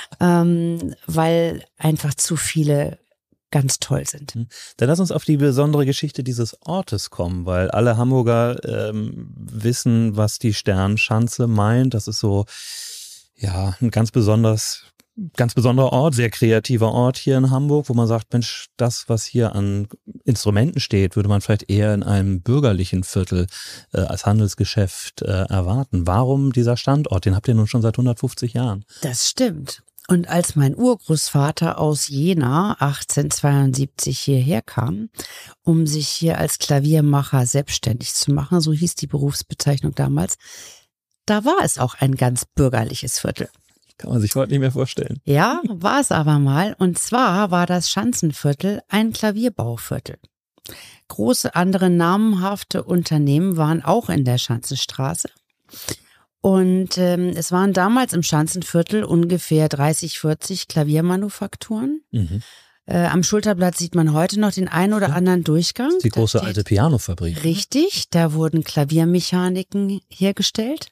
weil einfach zu viele ganz toll sind. Dann lass uns auf die besondere Geschichte dieses Ortes kommen, weil alle Hamburger wissen, was die Sternschanze meint. Das ist so, ja, ein ganz besonderer Ort, sehr kreativer Ort hier in Hamburg, wo man sagt, Mensch, das, was hier an Instrumenten steht, würde man vielleicht eher in einem bürgerlichen Viertel als Handelsgeschäft erwarten. Warum dieser Standort? Den habt ihr nun schon seit 150 Jahren. Das stimmt. Und als mein Urgroßvater aus Jena 1872 hierher kam, um sich hier als Klaviermacher selbstständig zu machen, so hieß die Berufsbezeichnung damals, da war es auch ein ganz bürgerliches Viertel. Kann man sich heute nicht mehr vorstellen. Ja, war es aber mal. Und zwar war das Schanzenviertel ein Klavierbauviertel. Große andere namenhafte Unternehmen waren auch in der Schanzenstraße. Und es waren damals im Schanzenviertel ungefähr 30, 40 Klaviermanufakturen. Am Schulterblatt sieht man heute noch den einen oder anderen Durchgang. Die große alte Pianofabrik. Richtig, da wurden Klaviermechaniken hergestellt.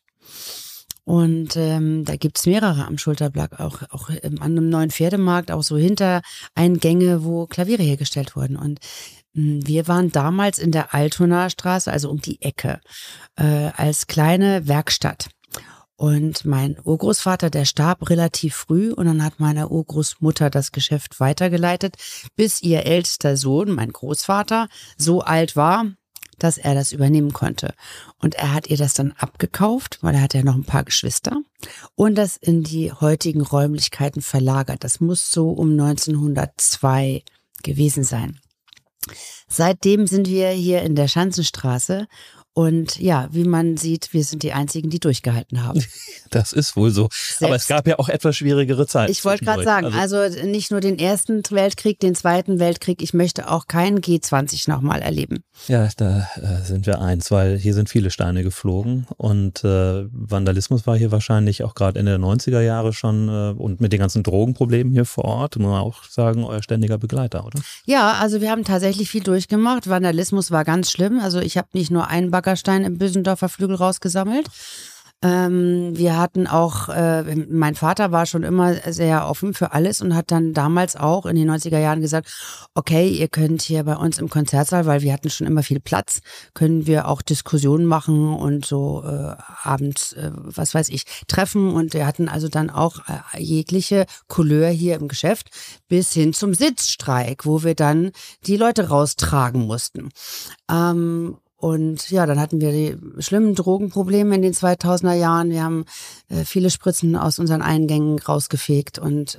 Und da gibt's mehrere am Schulterblatt, auch an einem neuen Pferdemarkt, auch so Hintereingänge, wo Klaviere hergestellt wurden. Und wir waren damals in der Altonaer Straße, also um die Ecke, als kleine Werkstatt. Und mein Urgroßvater, der starb relativ früh und dann hat meine Urgroßmutter das Geschäft weitergeleitet, bis ihr ältester Sohn, mein Großvater, so alt war, dass er das übernehmen konnte. Und er hat ihr das dann abgekauft, weil er hat ja noch ein paar Geschwister, und das in die heutigen Räumlichkeiten verlagert. Das muss so um 1902 gewesen sein. Seitdem sind wir hier in der Schanzenstraße. Und ja, wie man sieht, wir sind die Einzigen, die durchgehalten haben. Das ist wohl so. Aber es gab ja auch etwas schwierigere Zeiten. Ich wollte gerade sagen, also nicht nur den Ersten Weltkrieg, den Zweiten Weltkrieg, ich möchte auch keinen G20 nochmal erleben. Ja, da sind wir eins, weil hier sind viele Steine geflogen und Vandalismus war hier wahrscheinlich auch gerade Ende der 90er Jahre schon und mit den ganzen Drogenproblemen hier vor Ort, muss man auch sagen, euer ständiger Begleiter, oder? Ja, also wir haben tatsächlich viel durchgemacht. Vandalismus war ganz schlimm. Also ich habe nicht nur einen Baggerstein im Büsendorfer Flügel rausgesammelt. Wir hatten auch, mein Vater war schon immer sehr offen für alles und hat dann damals auch in den 90er Jahren gesagt, okay, ihr könnt hier bei uns im Konzertsaal, weil wir hatten schon immer viel Platz, können wir auch Diskussionen machen und so abends, was weiß ich, treffen. Und wir hatten also dann auch jegliche Couleur hier im Geschäft bis hin zum Sitzstreik, wo wir dann die Leute raustragen mussten. Und ja, dann hatten wir die schlimmen Drogenprobleme in den 2000er Jahren. Wir haben viele Spritzen aus unseren Eingängen rausgefegt und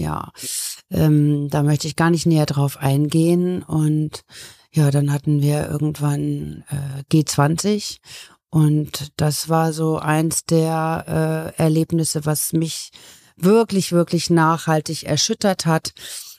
da möchte ich gar nicht näher drauf eingehen. Und ja, dann hatten wir irgendwann G20 und das war so eins der Erlebnisse, was mich wirklich, wirklich nachhaltig erschüttert hat.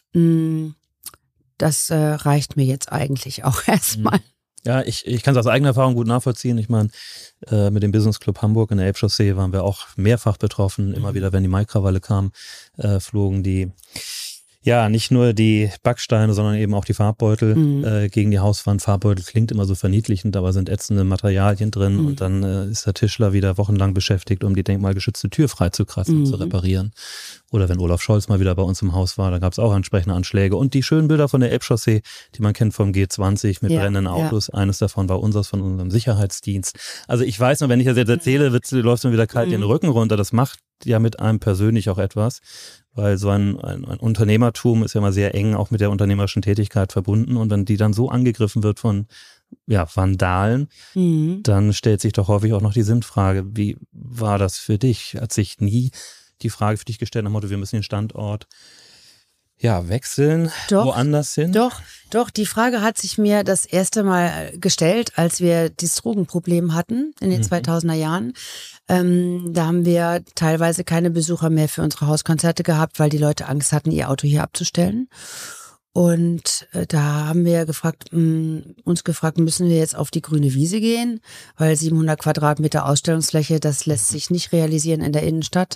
Das reicht mir jetzt eigentlich auch erstmal. Ja, ich kann es aus eigener Erfahrung gut nachvollziehen. Ich meine, mit dem Business Club Hamburg in der Elbchaussee waren wir auch mehrfach betroffen. Immer wieder, wenn die Maikrawalle kam, flogen die, ja, nicht nur die Backsteine, sondern eben auch die Farbbeutel gegen die Hauswand. Farbbeutel klingt immer so verniedlichend, aber sind ätzende Materialien drin und dann ist der Tischler wieder wochenlang beschäftigt, um die denkmalgeschützte Tür freizukratzen und zu reparieren. Oder wenn Olaf Scholz mal wieder bei uns im Haus war, da gab es auch entsprechende Anschläge. Und die schönen Bilder von der Elbchaussee, die man kennt vom G20 mit brennenden Autos. Eines davon war unseres von unserem Sicherheitsdienst. Also ich weiß noch, wenn ich das jetzt erzähle, läuft mir wieder kalt den Rücken runter. Das macht ja mit einem persönlich auch etwas, weil so ein Unternehmertum ist ja immer sehr eng auch mit der unternehmerischen Tätigkeit verbunden. Und wenn die dann so angegriffen wird von Vandalen, dann stellt sich doch häufig auch noch die Sinnfrage, wie war das für dich? Hat sich nie die Frage für dich gestellt, nach dem Motto, wir müssen den Standort wechseln, woanders hin? Doch, die Frage hat sich mir das erste Mal gestellt, als wir dieses Drogenproblem hatten in den 2000er Jahren. Da haben wir teilweise keine Besucher mehr für unsere Hauskonzerte gehabt, weil die Leute Angst hatten, ihr Auto hier abzustellen. Und da haben wir uns gefragt, müssen wir jetzt auf die grüne Wiese gehen? Weil 700 Quadratmeter Ausstellungsfläche, das lässt sich nicht realisieren in der Innenstadt.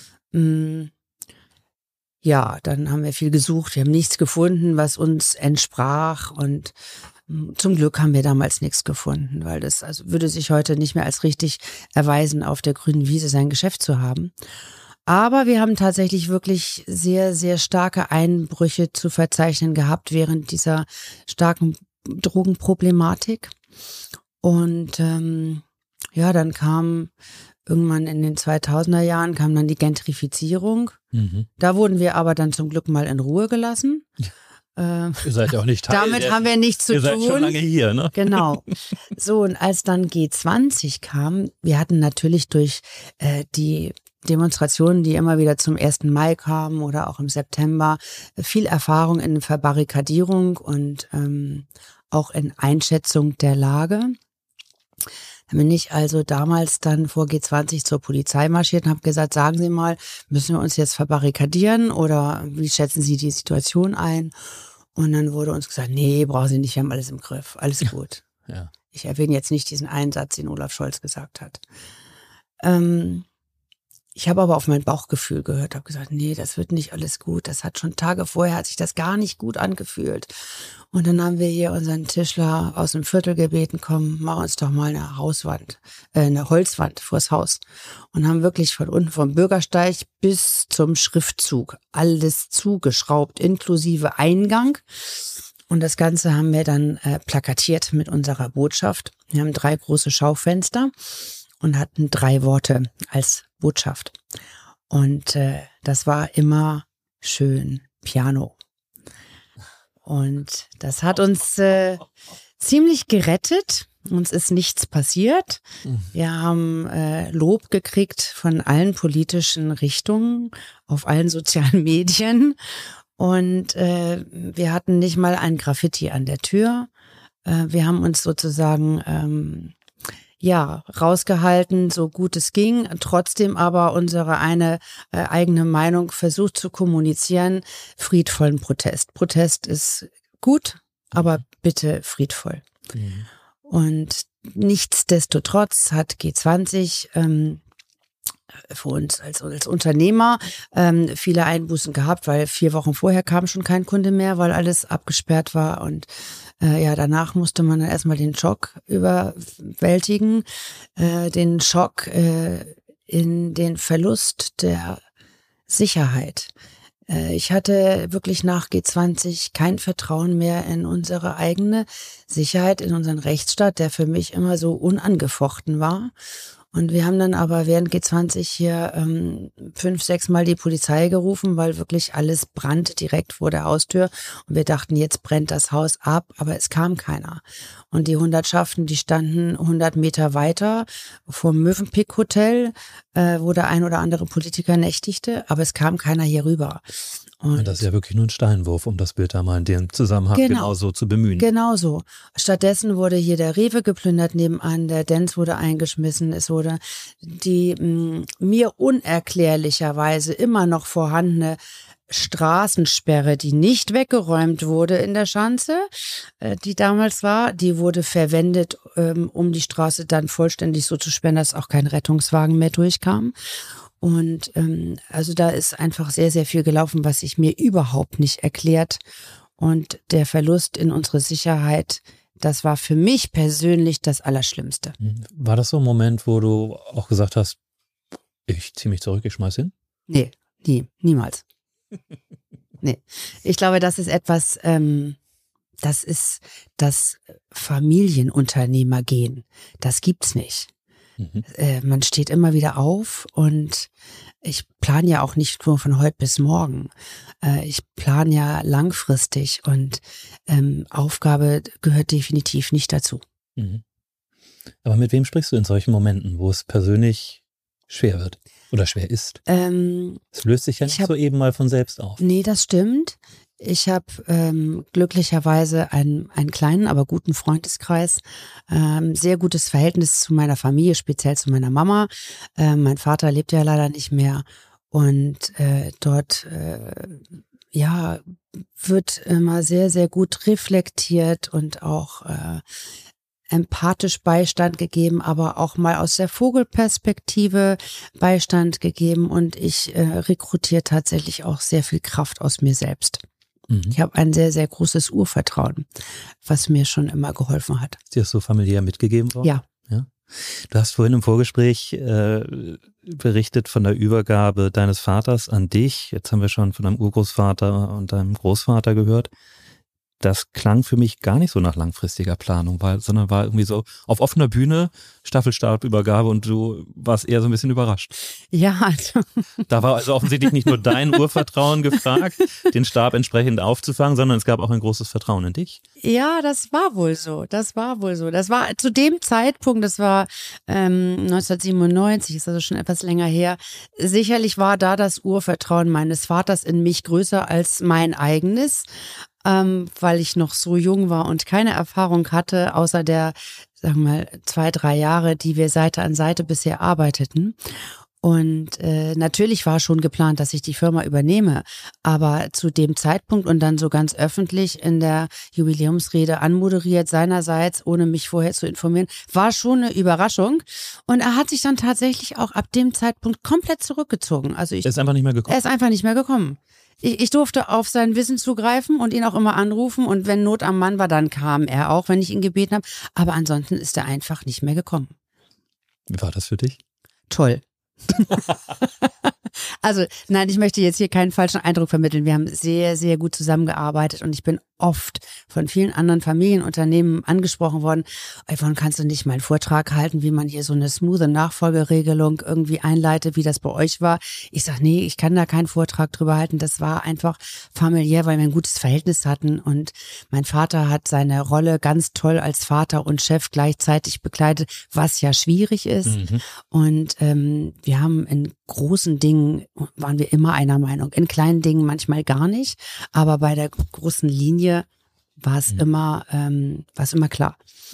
Ja, dann haben wir viel gesucht, wir haben nichts gefunden, was uns entsprach und zum Glück haben wir damals nichts gefunden, weil das würde sich heute nicht mehr als richtig erweisen, auf der grünen Wiese sein Geschäft zu haben. Aber wir haben tatsächlich wirklich sehr, sehr starke Einbrüche zu verzeichnen gehabt während dieser starken Drogenproblematik. Und dann kam irgendwann in den 2000er Jahren kam dann die Gentrifizierung. Da wurden wir aber dann zum Glück mal in Ruhe gelassen. Ihr seid ja auch nicht Teil damit haben wir nichts zu tun. Ihr seid schon lange hier, ne? Genau. So, und als dann G20 kam, wir hatten natürlich durch die Demonstrationen, die immer wieder zum 1. Mai kamen oder auch im September, viel Erfahrung in Verbarrikadierung und auch in Einschätzung der Lage. Da bin ich also damals dann vor G20 zur Polizei marschiert und habe gesagt, sagen Sie mal, müssen wir uns jetzt verbarrikadieren oder wie schätzen Sie die Situation ein? Und dann wurde uns gesagt, nee, brauchen Sie nicht, wir haben alles im Griff, alles gut. Ja. Ich erwähne jetzt nicht diesen einen Satz, den Olaf Scholz gesagt hat. Ich habe aber auf mein Bauchgefühl gehört, habe gesagt, nee, das wird nicht alles gut. Das hat schon Tage vorher, hat sich das gar nicht gut angefühlt. Und dann haben wir hier unseren Tischler aus dem Viertel gebeten, komm, mach uns doch mal eine Holzwand vors Haus. Und haben wirklich von unten vom Bürgersteig bis zum Schriftzug alles zugeschraubt, inklusive Eingang. Und das Ganze haben wir dann plakatiert mit unserer Botschaft. Wir haben 3 große Schaufenster und hatten 3 Worte als Botschaft. Und das war immer schön Piano. Und das hat uns ziemlich gerettet. Uns ist nichts passiert. Wir haben Lob gekriegt von allen politischen Richtungen, auf allen sozialen Medien. Und wir hatten nicht mal ein Graffiti an der Tür. Wir haben uns sozusagen rausgehalten, so gut es ging, trotzdem aber unsere eigene Meinung versucht zu kommunizieren, friedvollen Protest. Protest ist gut, aber bitte friedvoll. Und nichtsdestotrotz hat G20 für uns als Unternehmer viele Einbußen gehabt, weil 4 Wochen vorher kam schon kein Kunde mehr, weil alles abgesperrt war und danach musste man dann erstmal den Schock überwältigen, den Schock in den Verlust der Sicherheit. Ich hatte wirklich nach G20 kein Vertrauen mehr in unsere eigene Sicherheit, in unseren Rechtsstaat, der für mich immer so unangefochten war. Und wir haben dann aber während G20 hier 5, 6 Mal die Polizei gerufen, weil wirklich alles brannte direkt vor der Haustür. Und wir dachten, jetzt brennt das Haus ab, aber es kam keiner. Und die Hundertschaften, die standen 100 Meter weiter vom Mövenpick Hotel, wo der ein oder andere Politiker nächtigte, aber es kam keiner hier rüber. Und das ist ja wirklich nur ein Steinwurf, um das Bild da mal in dem Zusammenhang genauso zu bemühen. Genau so. Stattdessen wurde hier der Rewe geplündert nebenan, der Dents wurde eingeschmissen, es wurde die mir unerklärlicherweise immer noch vorhandene Straßensperre, die nicht weggeräumt wurde in der Schanze, die damals war, die wurde verwendet, um die Straße dann vollständig so zu sperren, dass auch kein Rettungswagen mehr durchkam. Und also da ist einfach sehr, sehr viel gelaufen, was sich mir überhaupt nicht erklärt. Und der Verlust in unsere Sicherheit, das war für mich persönlich das Allerschlimmste. War das so ein Moment, wo du auch gesagt hast, ich ziehe mich zurück, ich schmeiß hin? Nee, niemals. Nee. Ich glaube, das ist etwas, das ist das Familienunternehmergehen. Das gibt's nicht. Man steht immer wieder auf und ich plane ja auch nicht nur von heute bis morgen. Ich plane ja langfristig und Aufgabe gehört definitiv nicht dazu. Aber mit wem sprichst du in solchen Momenten, wo es persönlich schwer wird oder schwer ist? Es löst sich ja nicht so eben mal von selbst auf. Nee, das stimmt. Ich habe glücklicherweise einen kleinen, aber guten Freundeskreis, sehr gutes Verhältnis zu meiner Familie, speziell zu meiner Mama. Mein Vater lebt ja leider nicht mehr und dort wird immer sehr, sehr gut reflektiert und auch empathisch Beistand gegeben, aber auch mal aus der Vogelperspektive Beistand gegeben und ich rekrutiere tatsächlich auch sehr viel Kraft aus mir selbst. Ich habe ein sehr, sehr großes Urvertrauen, was mir schon immer geholfen hat. Ist dir das so familiär mitgegeben worden? Ja. Du hast vorhin im Vorgespräch berichtet von der Übergabe deines Vaters an dich. Jetzt haben wir schon von deinem Urgroßvater und deinem Großvater gehört. Das klang für mich gar nicht so nach langfristiger Planung, sondern war irgendwie so auf offener Bühne, Staffelstabübergabe und du warst eher so ein bisschen überrascht. Ja, also. Da war also offensichtlich nicht nur dein Urvertrauen gefragt, den Stab entsprechend aufzufangen, sondern es gab auch ein großes Vertrauen in dich. Ja, das war wohl so. Das war zu dem Zeitpunkt, das war 1997, ist also schon etwas länger her. Sicherlich war da das Urvertrauen meines Vaters in mich größer als mein eigenes. Weil ich noch so jung war und keine Erfahrung hatte, außer der, sagen wir mal, 2-3 Jahre, die wir Seite an Seite bisher arbeiteten. Und natürlich war schon geplant, dass ich die Firma übernehme, aber zu dem Zeitpunkt und dann so ganz öffentlich in der Jubiläumsrede anmoderiert seinerseits, ohne mich vorher zu informieren, war schon eine Überraschung. Und er hat sich dann tatsächlich auch ab dem Zeitpunkt komplett zurückgezogen. Also Er ist einfach nicht mehr gekommen? Er ist einfach nicht mehr gekommen. Ich durfte auf sein Wissen zugreifen und ihn auch immer anrufen und wenn Not am Mann war, dann kam er auch, wenn ich ihn gebeten habe. Aber ansonsten ist er einfach nicht mehr gekommen. Wie war das für dich? Toll. Also nein, ich möchte jetzt hier keinen falschen Eindruck vermitteln. Wir haben sehr, sehr gut zusammengearbeitet und ich bin oft von vielen anderen Familienunternehmen angesprochen worden. Yvonne, kannst du nicht mal einen Vortrag halten, wie man hier so eine smoothe Nachfolgeregelung irgendwie einleitet, wie das bei euch war? Ich sage, nee, ich kann da keinen Vortrag drüber halten. Das war einfach familiär, weil wir ein gutes Verhältnis hatten und mein Vater hat seine Rolle ganz toll als Vater und Chef gleichzeitig bekleidet, was ja schwierig ist. Und wir haben in großen Dingen waren wir immer einer Meinung. In kleinen Dingen manchmal gar nicht, aber bei der großen Linie war es immer klar.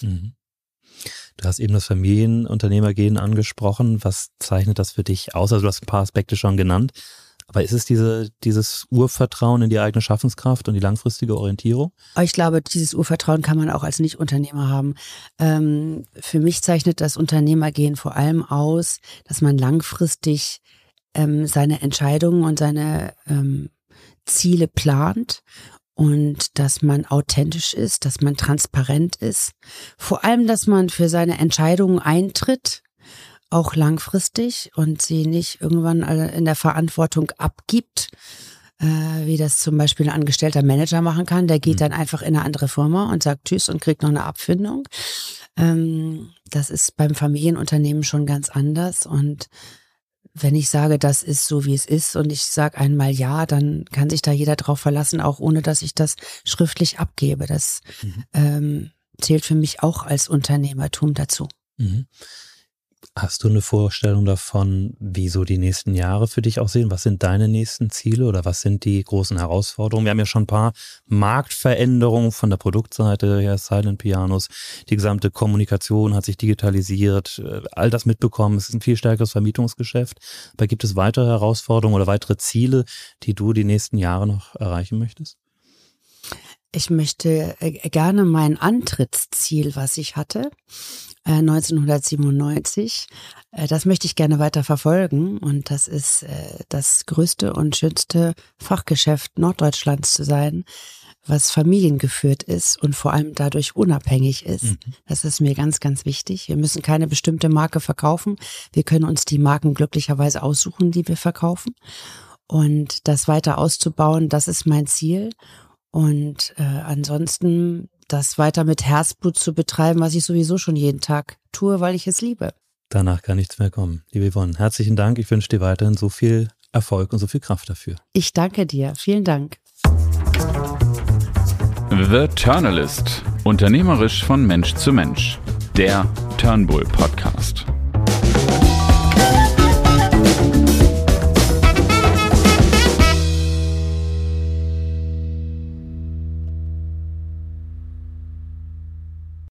Du hast eben das Familienunternehmergehen angesprochen. Was zeichnet das für dich aus? Also du hast ein paar Aspekte schon genannt. Aber ist es dieses Urvertrauen in die eigene Schaffenskraft und die langfristige Orientierung? Ich glaube, dieses Urvertrauen kann man auch als Nicht-Unternehmer haben. Für mich zeichnet das Unternehmergehen vor allem aus, dass man langfristig seine Entscheidungen und seine Ziele plant und dass man authentisch ist, dass man transparent ist. Vor allem, dass man für seine Entscheidungen eintritt, auch langfristig und sie nicht irgendwann in der Verantwortung abgibt, wie das zum Beispiel ein angestellter Manager machen kann. Der geht dann einfach in eine andere Firma und sagt Tschüss und kriegt noch eine Abfindung. Das ist beim Familienunternehmen schon ganz anders und wenn ich sage, das ist so, wie es ist und ich sage einmal ja, dann kann sich da jeder drauf verlassen, auch ohne, dass ich das schriftlich abgebe. Das zählt für mich auch als Unternehmertum dazu. Hast du eine Vorstellung davon, wie so die nächsten Jahre für dich aussehen? Was sind deine nächsten Ziele oder was sind die großen Herausforderungen? Wir haben ja schon ein paar Marktveränderungen von der Produktseite her, Silent Pianos, die gesamte Kommunikation hat sich digitalisiert, all das mitbekommen. Es ist ein viel stärkeres Vermietungsgeschäft. Aber gibt es weitere Herausforderungen oder weitere Ziele, die du die nächsten Jahre noch erreichen möchtest? Ich möchte gerne mein Antrittsziel, was ich hatte, 1997, das möchte ich gerne weiter verfolgen und das ist das größte und schönste Fachgeschäft Norddeutschlands zu sein, was familiengeführt ist und vor allem dadurch unabhängig ist. Das ist mir ganz, ganz wichtig. Wir müssen keine bestimmte Marke verkaufen. Wir können uns die Marken glücklicherweise aussuchen, die wir verkaufen. Und das weiter auszubauen, das ist mein Ziel. Und ansonsten das weiter mit Herzblut zu betreiben, was ich sowieso schon jeden Tag tue, weil ich es liebe. Danach kann nichts mehr kommen. Liebe Yvonne, herzlichen Dank. Ich wünsche dir weiterhin so viel Erfolg und so viel Kraft dafür. Ich danke dir. Vielen Dank. The Turnalist. Unternehmerisch von Mensch zu Mensch. Der Turnbull Podcast.